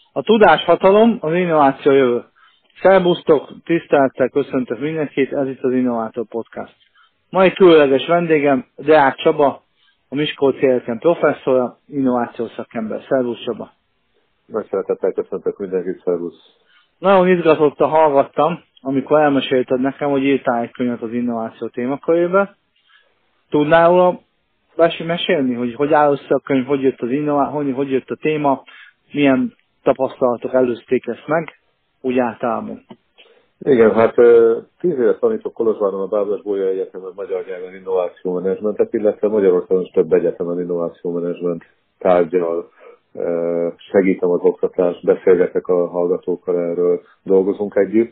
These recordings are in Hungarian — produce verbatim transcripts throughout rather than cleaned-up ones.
A tudáshatalom, az innováció jövő. Szerbusztok, tisztelettel köszöntök mindenkit, ez itt az Innovátor Podcast. Mai különleges vendégem Deák Csaba, a Miskolci Egyetem professzora, innovációs szakember. Szervusz Csaba! Nagy szeretettel köszöntök mindenkit, szervusz! Nagyon izgatottan hallgattam, amikor elmesélted nekem, hogy írtál egy könyvet az innováció témakörébe. Tudnál róla mesélni, hogy hogy áll össze a könyv, hogy jött az innováció, hogy, hogy jött a téma, milyen tapasztalatok előzték ezt meg, úgy általában? Igen, hát tíz éve tanítok Kolozsváron a Bábos-Bolyai Egyetemen magyar nyelven innovációmenedzsmentet, illetve Magyarországon is több egyetemen innovációmenedzsment tárgyal segítem az oktatást, beszélgetek a hallgatókkal erről, dolgozunk együtt.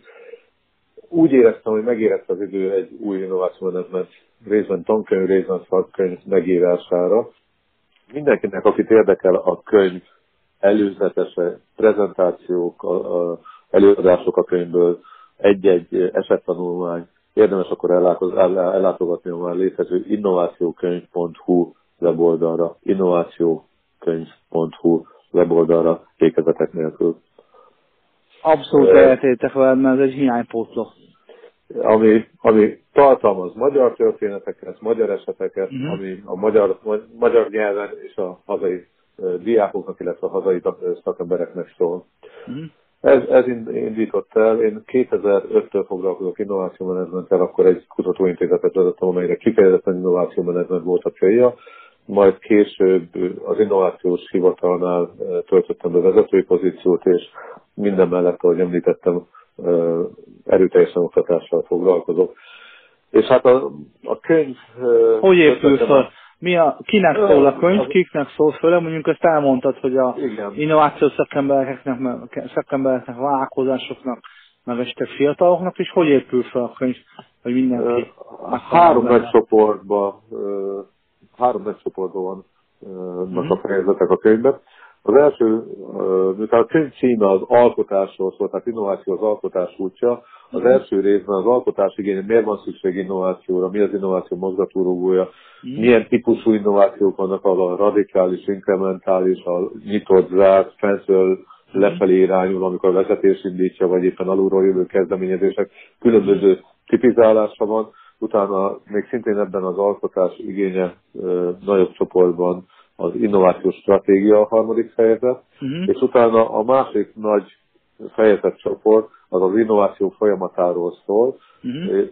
Úgy éreztem, hogy megérett az idő egy új innovációmenedzsment részben tankönyv, részben szakkönyv megírására. Mindenkinek, akit érdekel a könyv előzetese, prezentációk, a, a előadások a könyvből, egy-egy esettanulmány, érdemes akkor ellátogatni a már létező innovációkönyv pont hu weboldalra, innovációkönyv pont hu weboldalra fékezetek nélkül. Abszolút eltétek veled, mert ez egy hiánypótló. Ami, ami tartalmaz magyar történeteket, magyar eseteket, uh-huh. ami a magyar, magyar nyelven és a hazai uh, diákoknak, illetve a hazai szakembereknek szól. Uh-huh. Ez, ez indított el. Én kétezer-öttől foglalkozok innovációmenedzsmenttel, akkor egy kutatóintézetet vezettem, amelyre kifejezetten innovációmenedzsment volt a célja. Majd később az innovációs hivatalnál töltöttem be vezetői pozíciót, és minden mellett, ahogy említettem, erőteljesen oktatással foglalkozok. És hát a, a könyv... Hogy épül fel? Mi a, kinek szól a könyv, kiknek szól föl? Mondjuk ezt elmondtad, hogy a igen. innovációs szakembereknek, szakembereknek, vállalkozásoknak, meg esetleg fiataloknak, és hogy épül fel a könyv, hogy mindenki... Három nagy csoportban, három nagy csoportban van hmm. a fejezetek a könyvben. Az első, miután a könyv címe az alkotásról szól, tehát innováció az alkotás útja. Az első részben az alkotás igénye, miért van szükség innovációra, mi az innováció mozgatórugója, mm. milyen típusú innovációk vannak, ahol a radikális, inkrementális, a nyitott, zárt, fentről lefelé irányul, amikor a vezetés indítja, vagy éppen alulról jövő kezdeményezések, különböző tipizálása van. Utána még szintén ebben az alkotás igénye ö, nagyobb csoportban az innovációs stratégia a harmadik fejezet, uh-huh. és utána a másik nagy fejezet csoport az az innováció folyamatáról szól, uh-huh.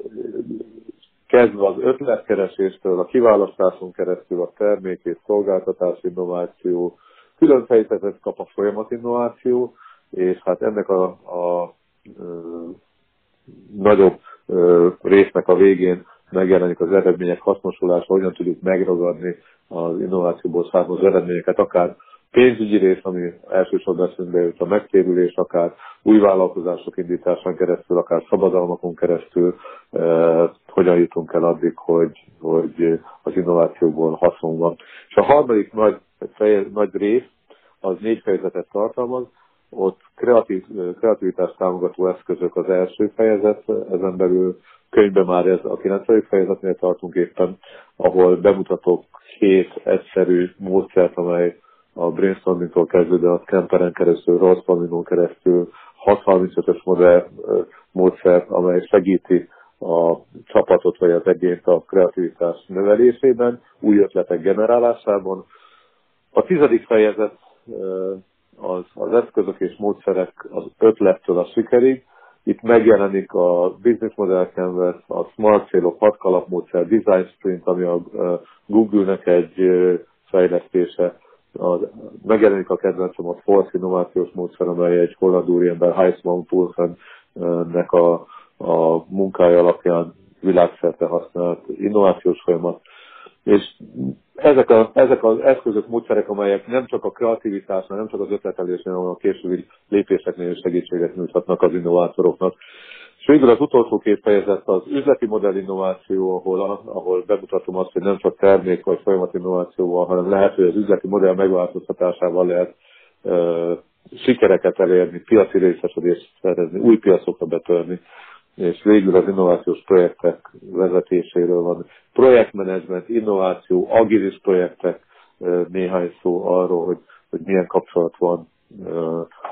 kezdve az ötletkereséstől, a kiválasztáson keresztül a termék és szolgáltatás innováció, külön fejezetet kap a folyamatinnováció, és hát ennek a, a, a nagyobb ö, résznek a végén megjelenik az eredmények hasznosulása, hogyan tudjuk megragadni az innovációból származó eredményeket, akár pénzügyi rész, ami elsősorban eszünkbe jut a megtérülés, akár új vállalkozások indításán keresztül, akár szabadalmakon keresztül, eh, hogyan jutunk el addig, hogy, hogy az innovációból haszon van. És a harmadik nagy, feje, nagy rész, az négy fejezetet tartalmaz, ott kreatív, kreativitást támogató eszközök az első fejezet, ezen belül könyvben már ez a kilencedik fejezetnél tartunk éppen, ahol bemutatok hét egyszerű módszert, amely a brainstormingtól kezdődve a Kemperen keresztül, Rollspalminon keresztül, hat harmincötös modell módszert, amely segíti a csapatot vagy az egyént a kreativitás növelésében, új ötletek generálásában. A tizedik fejezet az, az eszközök és módszerek az ötlettől a sikerig. Itt megjelenik a Business Model Canvas, a Smart célok hat kalapmódszer, Design Sprint, ami a Google-nek egy fejlesztése. A, megjelenik a kedvencem a Force innovációs módszer, amely egy holland úriember, Heisman Poulsen-nek a, a munkája alapján világszerte használt innovációs folyamat. És ezek, a, ezek az eszközök, módszerek, amelyek nem csak a kreativitásnál, nem csak az ötletelésnél, hanem a későbbi lépéseknél is segítséget nyújthatnak az innovátoroknak. És végül az utolsó két fejezet az üzleti modell innováció, ahol, ahol bemutatom azt, hogy nem csak termék vagy folyamat innovációval, hanem lehet, hogy az üzleti modell megváltoztatásával lehet uh, sikereket elérni, piaci részesedést szerezni, új piacokra betörni. És végül az innovációs projektek vezetéséről van. Projektmenedzsment, innováció, agilis projektek, néhány szó arról, hogy, hogy milyen kapcsolat van, és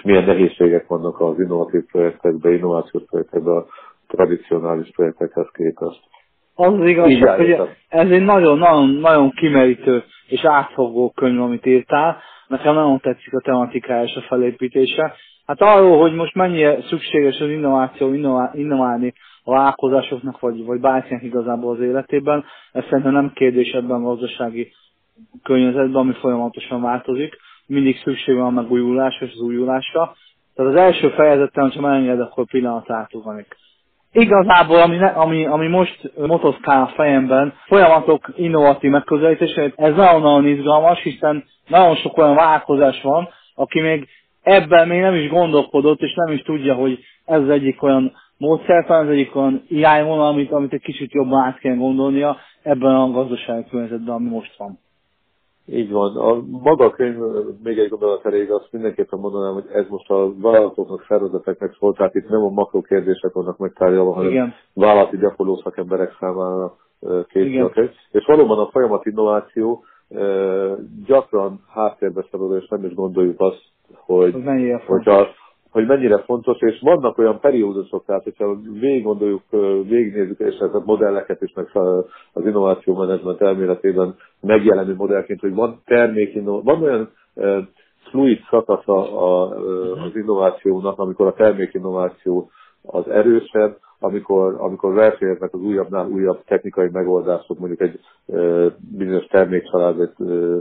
milyen nehézségek vannak az innovatív projektekben, innovációs projektekben a tradicionális projektekhez képest. Az az igazság, hogy ez egy nagyon-nagyon nagyon kimerítő és átfogó könyv, amit írtál. Nekem nagyon tetszik a tematikája és a felépítése. Hát arról, hogy most mennyire szükséges az innováció, innová- innoválni a vállalkozásoknak, vagy, vagy bárkinek igazából az életében, ez szerintem nem kérdés ebben a gazdasági környezetben, ami folyamatosan változik. Mindig szükség van a megújulásra és az újulásra. Tehát az első fejezetten, ha megenged, akkor pillanat átugranik. Igazából, ami, ami, ami most motoszkál a fejemben, folyamatok innovatív megközelítése, ez nagyon-nagyon izgalmas, hiszen nagyon sok olyan vállalkozás van, aki még ebben még nem is gondolkodott, és nem is tudja, hogy ez az egyik olyan módszertan, az egyik olyan irányvonal, amit, amit egy kicsit jobban át kell gondolnia ebben a gazdasági környezetben, ami most van. Így van. A maga a könyv, még egy gondolat elég, azt mindenképpen mondanám, hogy ez most a vállalatoknak, szervezeteknek szól, tehát itt nem a makro kérdések vannak megtárgyalva, hanem igen, vállalati gyakorló szakemberek számára készül a könyv. És valóban a folyamat innováció gyakran háttérbe szorul, és nem is gondoljuk azt, hogy, hogyha, hogy mennyire fontos, és vannak olyan periódusok, tehát hogyha végig gondoljuk, végignézzük, és a modelleket is, meg az innováció menedzsment elméletében megjelenő modellként, hogy van termék, van olyan uh, fluid szakasza a, uh, az innovációnak, amikor a termékinnováció az erősebb, amikor, amikor versenyeznek az újabbnál újabb technikai megoldások, mondjuk egy uh, bizonyos termékcsalád, egy uh,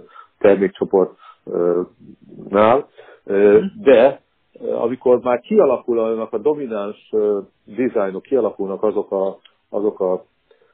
termékcsoportnál, uh, de amikor már kialakulnak a domináns dizájnok, kialakulnak azok a, azok a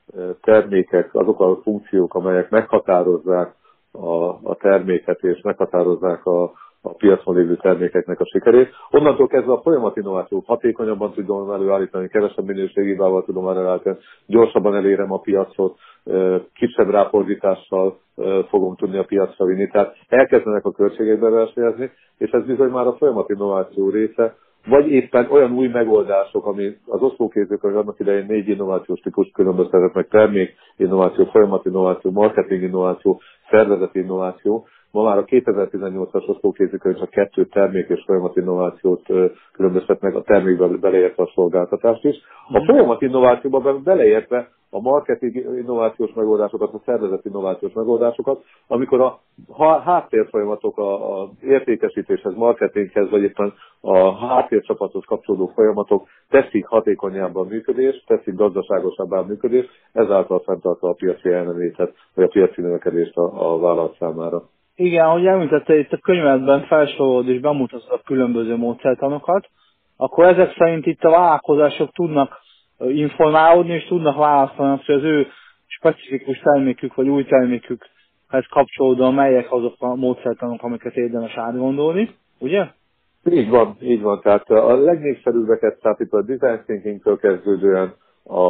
termékek, azok a funkciók, amelyek meghatározzák a, a terméket és meghatározzák a, a piacon lévő termékeknek a sikerét. Onnantól kezdve a folyamat innovációt hatékonyabban tudom előállítani, kevesebb minőségívával tudom előállítani, gyorsabban elérem a piacot, kisebb ráfordítással fogom tudni a piacra vinni. Tehát elkezdenek a költségekben versenyezni, és ez bizony már a folyamat innováció része, vagy éppen olyan új megoldások, ami az oszlókézőkönyv annak idején négy innovációs típus különböztetett meg, termék innováció, folyamat innováció, marketing innováció, szervezeti innováció. Ma már a kétezer-tizennyolcas oszlókézőkönyv csak kettő termék és folyamat innovációt különböztet meg, a termékben beleértve a szolgáltatást is. A folyamat innovációban beleértve a marketing innovációs megoldásokat, a szervezeti innovációs megoldásokat, amikor a háttérfolyamatok az értékesítéshez, marketinghez, vagy éppen a háttércsapathoz kapcsolódó folyamatok teszik hatékonyabbá a működést, teszik gazdaságosabbá a működést, ezáltal fenntartva a piaci ellenvétet, vagy a piaci növekedést a, a vállalat számára. Igen, ahogy említette, itt a könyvedben felsorolod és bemutatod a különböző módszertanokat, akkor ezek szerint itt a vállalkozások tudnak informálódni, és tudnak választani, hogy az ő specifikus termékük, vagy új termékükhez kapcsolódóan melyek azok a módszertanok, amiket érdemes átgondolni, ugye? Így van, így van. Tehát a legnépszerűbbeket, tehát itt a design thinking-től kezdődően a,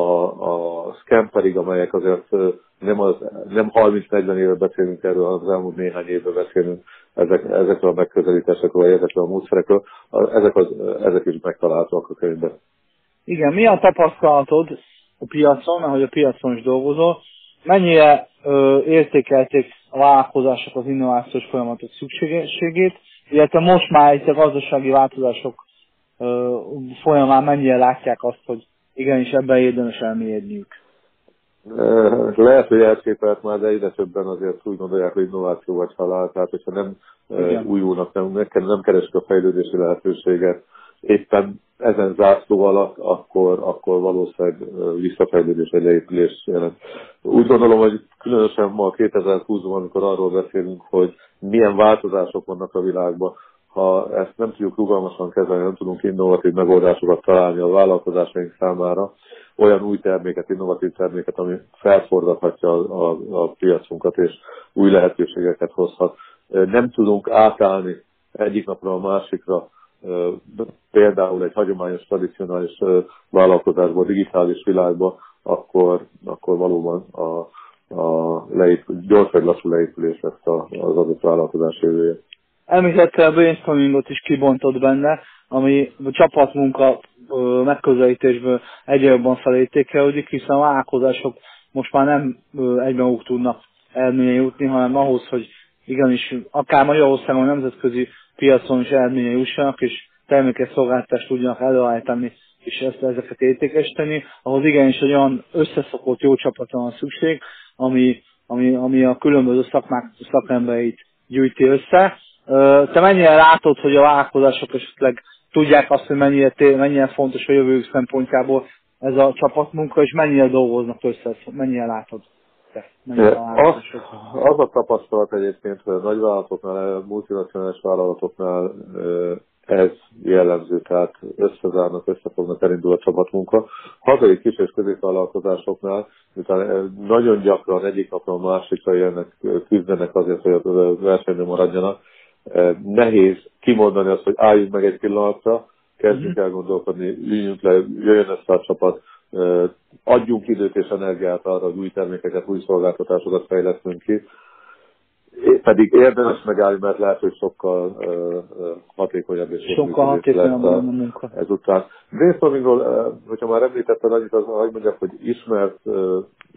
a scamperig, amelyek azért nem, az, nem harminc-negyven éve beszélünk erről, hanem az elmúlt néhány évben beszélünk ezek, ezekről a megközelítésekről, vagy ezekről a módszerekről, ezek, az, ezek is megtalálhatóak a könyvben. Igen, mi a tapasztalatod a piacon, ahogy a piacon is dolgozol, mennyire ö, értékelték a vállalkozások az innovációs folyamatok szükségességét, illetve most már itt a gazdasági változások ö, folyamán mennyire látják azt, hogy igenis ebben érdemes elmélyedniük? Lehet, hogy elképelt már, de egyre többen azért úgy gondolják, hogy innováció vagy halál, tehát hogyha nem igen, újulnak, nem, nem keresik a fejlődési lehetőséget, éppen ezen zászló alatt, akkor, akkor valószínűleg visszafejlődés vagy leépülés jelent. Úgy gondolom, hogy különösen ma kétezer-húszban, amikor arról beszélünk, hogy milyen változások vannak a világban, ha ezt nem tudjuk rugalmasan kezelni, nem tudunk innovatív megoldásokat találni a vállalkozásaink számára, olyan új terméket, innovatív terméket, ami felforgathatja a, a, a piacunkat és új lehetőségeket hozhat. Nem tudunk átállni egyik napra a másikra, például egy hagyományos, tradicionális vállalkozásból, digitális világba, akkor, akkor valóban a, a leépül, gyors vagy lassú leépülés lesz az adott vállalkozás jövője. Említette a brainstormingot is kibontott benne, ami a csapatmunka megközelítésből egyre jobban felértékelődik, hiszen a vállalkozások most már nem egymaguk tudnak elmélyre jutni, hanem ahhoz, hogy igenis akár Magyarországon nemzetközi piacon is eredménye jussanak, és termékes szolgáltatást tudjanak előállítani, és ezt, ezeket értékesíteni, ahhoz igenis egy olyan összeszokott jó csapatra van szükség, ami, ami, ami a különböző szakmák szakembereit gyűjti össze. Te mennyire látod, hogy a vállalkozások esetleg tudják azt, hogy mennyire, mennyire fontos a jövőjük szempontjából ez a csapatmunka, és mennyire dolgoznak össze, mennyire látod te? Mennyire az, az a tapasztalat egyébként, hogy a nagyvállalatoknál, a multinacionális vállalatoknál ez jellemző, tehát összezárnak, összefognak, elindul a csapatmunka. Hazai kis és középvállalkozásoknál, miután nagyon gyakran egyik napra a másikra jönnek, küzdenek azért, hogy a versenyben maradjanak, nehéz kimondani azt, hogy álljunk meg egy pillanatra, kezdjünk el gondolkodni, üljünk le, jöjjön össze a csapat, adjunk időt és energiát arra, hogy új termékeket, új szolgáltatásokat fejlesztünk ki. Pedig érdemes megállni, mert lehet, hogy sokkal uh, hatékonyabb és sokkal hatékonyabb a munka. Ezután. Brainstormingról, uh, hogyha már említetted annyit, az, ahogy mondjak, hogy ismert, uh,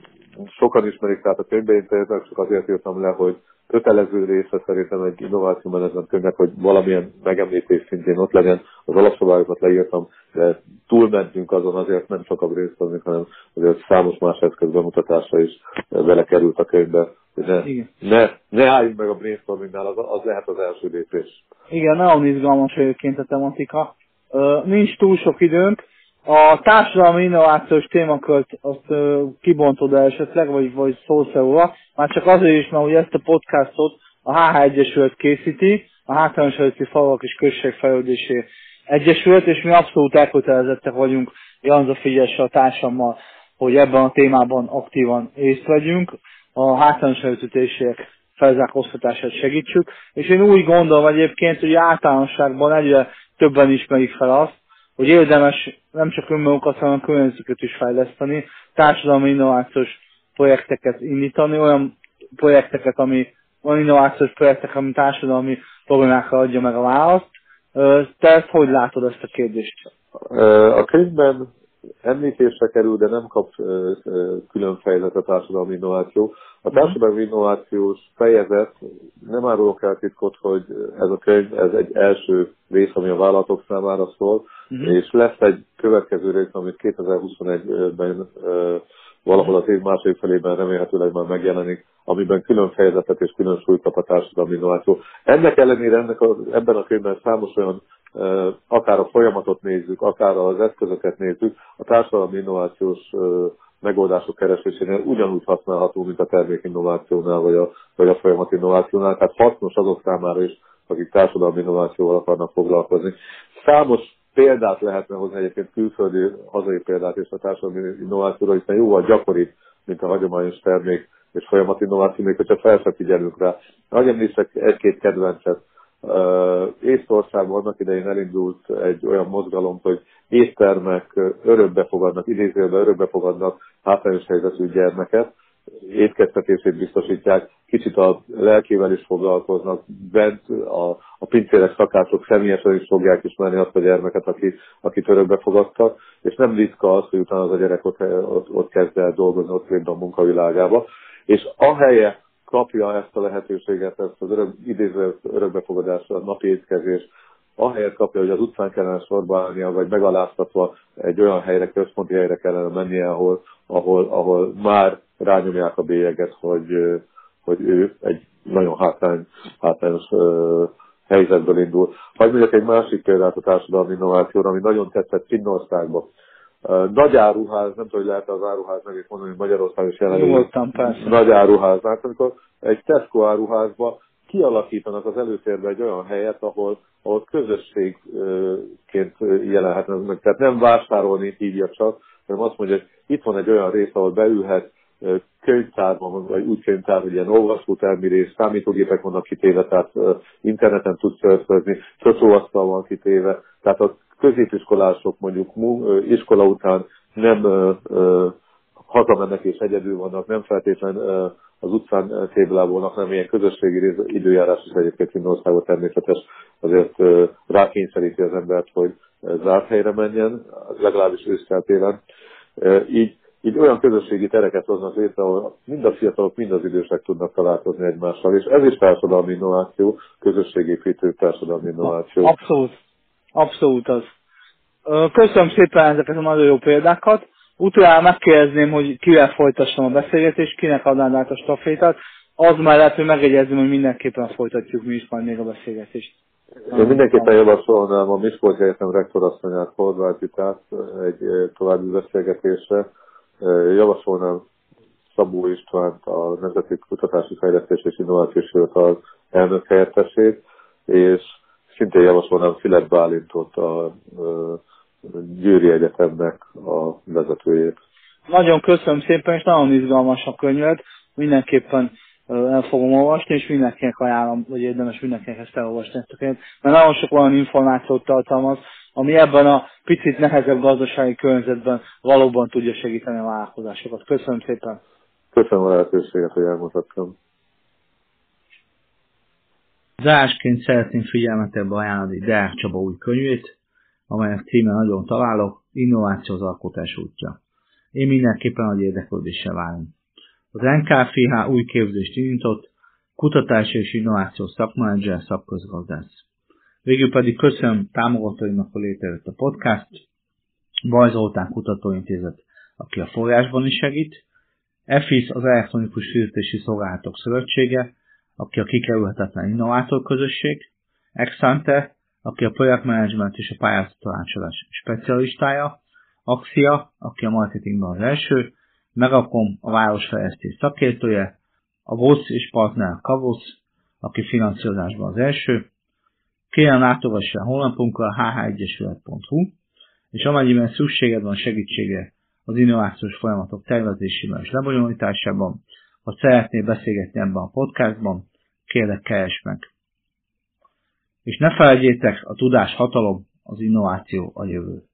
sokan ismerik, tehát a könyvbe én csak azért írtam le, hogy kötelező része szerintem egy innováció menedzsment könyvnek, hogy valamilyen megemlítés szintén ott legyen. Az alapszabályokat leírtam, de túlmentünk azon, azért nem csak a brainstorming, hanem azért számos más eszköz bemutatása is belekerült a könyvbe. Ne, ne, ne álljunk meg a brainstormingnál, az, az lehet az első lépés. Igen, nagyon izgalmas egyébként a tematika. Uh, nincs túl sok időnk. A társadalmi innovációs témakört azt uh, kibontod el esetleg, vagy, vagy szólsz róla. Már csak azért is, mert ugye ezt a podcastot a há há Egyesület készíti, a Hátrányos Helyzetű Falvak és Községfejlődési Egyesület, és mi abszolút elkötelezettek vagyunk Janza Frigyessel, a társammal, hogy ebben a témában aktívan részt vegyünk, a hátrányos helyzetű térségek felzárkóztatását segítsük, és én úgy gondolom egyébként, hogy általánosságban egyre többen ismerik fel azt, hogy érdemes nem csak önmagunkat, hanem a környezetüket is fejleszteni, társadalmi innovációs projekteket indítani, olyan projekteket, ami olyan innovációs projektek, ami társadalmi problémákra adja meg a választ. Te ezt hogy látod, ezt a kérdést? A könyvben említésre kerül, de nem kap külön fejezet a társadalmi innováció. A társadalmi innovációs fejezet, nem árulok el titkot, hogy ez a könyv, ez egy első rész, ami a vállalatok számára szól, uh-huh. és lesz egy következő rész, amit kétezer-huszonegyben valahol az év második felében remélhetőleg már megjelenik, amiben külön fejezetet és külön súlyt kap a társadalmi innováció. Ennek ellenére ennek a, ebben a könyvben számos olyan, akár a folyamatot nézzük, akár az eszközöket nézzük, a társadalmi innovációs megoldások keresésénél ugyanúgy használható, mint a termékinnovációnál, vagy a, vagy a folyamat innovációnál. Tehát hasznos azok számára is, akik társadalmi innovációval akarnak foglalkozni. Számos példát lehetne hozni egyébként külföldi, hazai példát és a társadalmi innovációra, hiszen jóval gyakoribb, mint a hagyományos termék és folyamat innováció, még hogyha fel sem figyelünk rá. Nagyon említsek egy-két kedvencet. Észtországban annak idején elindult egy olyan mozgalom, hogy éttermek örökbe fogadnak, idézőjelben örökbe fogadnak hátrányos helyzetű gyermeket, étkeztetését biztosítják, kicsit a lelkével is foglalkoznak, bent a, a pincérek, szakácsok személyesen is fogják ismerni azt a gyermeket, akit, akit örökbe fogadtak, és nem ritka az, hogy utána az a gyerek ott, ott, ott kezd el dolgozni, ott lép a munkavilágába, és ahelye kapja ezt a lehetőséget, ezt az örök, idéző örökbefogadásra, a napi étkezés, ahelyett kapja, hogy az utcán kellene sorba állnia, vagy megaláztatva egy olyan helyre, központi helyre kellene mennie, ahol, ahol, ahol már rányomják a bélyeget, hogy, hogy ő egy nagyon hátrány, hátrányos uh, helyzetből indul. Hagy mondjak egy másik példát a társadalmi innovációra, ami nagyon tetszett Finnországban. Uh, nagy áruház, nem tudom, hogy lehet az áruház nevét mondani, hogy Magyarországon is jelenleg nagy áruház. Hát amikor egy Tesco áruházban kialakítanak az előtérbe egy olyan helyet, ahol, ahol közösségként jelenhetnek meg. Tehát nem vásárolni hívja csak, hanem azt mondja, hogy itt van egy olyan rész, ahol beülhet, könyvtárban, vagy úgy könyvtár, hogy ilyen olvasótermi rész, számítógépek vannak kitéve, tehát interneten tudsz szörfözni, szöszóasztal van kitéve, tehát a középiskolások mondjuk iskola után nem hazamennek és egyedül vannak, nem feltétlenül az utcán téblábolnak, nem ilyen közösségi időjárás is egyébként Finnországban természetes, azért rákényszeríti az embert, hogy zárt helyre menjen, legalábbis ősszel télen. Így így olyan közösségi tereket hoznak létre, ahol mind a fiatalok, mind az idősek tudnak találkozni egymással, és ez is társadalmi innováció, közösségépítő társadalmi innováció. Abszolút. Abszolút az. Köszönöm szépen ezeket a nagyon jó példákat. Utána megkérdezném, hogy kivel folytassam a beszélgetést, kinek adnád át a stafétát. Az mellett, hogy megegyezzem, hogy mindenképpen folytatjuk mi is majd még a beszélgetést. Én mindenképpen javasolnám a Miskolci Egyetem rektorasszonyát, Horváth Zitát egy további beszélgetésre. Javasolnám Szabó Istvánt, a Nemzeti Kutatási Fejlesztés és Innovációs Hivatal elnök helyettesét, és szintén javasolnám Filip Bálintot, a Győri Egyetemnek a vezetőjét. Nagyon köszönöm szépen, és nagyon izgalmas a könyved. Mindenképpen el fogom olvasni, és mindenkinek ajánlom, hogy érdemes mindenkinek ezt elolvasni ezt a könyvet, mert nagyon sok olyan információt tartalmaz, ami ebben a picit nehezebb gazdasági környezetben valóban tudja segíteni a vállalkozásokat. Köszönöm szépen! Köszönöm a lehetőséget, hogy elmutattam. Zárásként szeretném figyelmetekbe ajánlani Deák Csaba új könyvét, amelynek címe nagyon találok, Innováció az alkotás útja. Én mindenképpen nagy érdeklődéssel várom. Az en ká ef há új képzést indított, kutatási és innovációs szakmenedzser, szakközgazdász. Végül pedig köszönöm támogatóimnak, hogy létrejött a podcast, Baj Zoltán Kutatóintézet, aki a forrásban is segít, e fé i es az Elektronikus Fizetési Szolgálatok Szövetsége, aki a kikerülhetetlen innovátor közösség, Exante, aki a projektmenedzsment és a pályázati tanácsadás specialistája, Axia, aki a marketingben az első, Megakom, a városfejlesztés szakértője, a vé o es és partner Kavosz, aki finanszírozásban az első, kérem látogass el honlapunkra há há egyesület pont hú, és amennyiben szükséged van segítségre az innovációs folyamatok tervezésében és lebonyolításában, ha szeretnél beszélgetni ebben a podcastban, kérlek, keresd meg. És ne felejtjétek, a tudás hatalom, az innováció a jövő.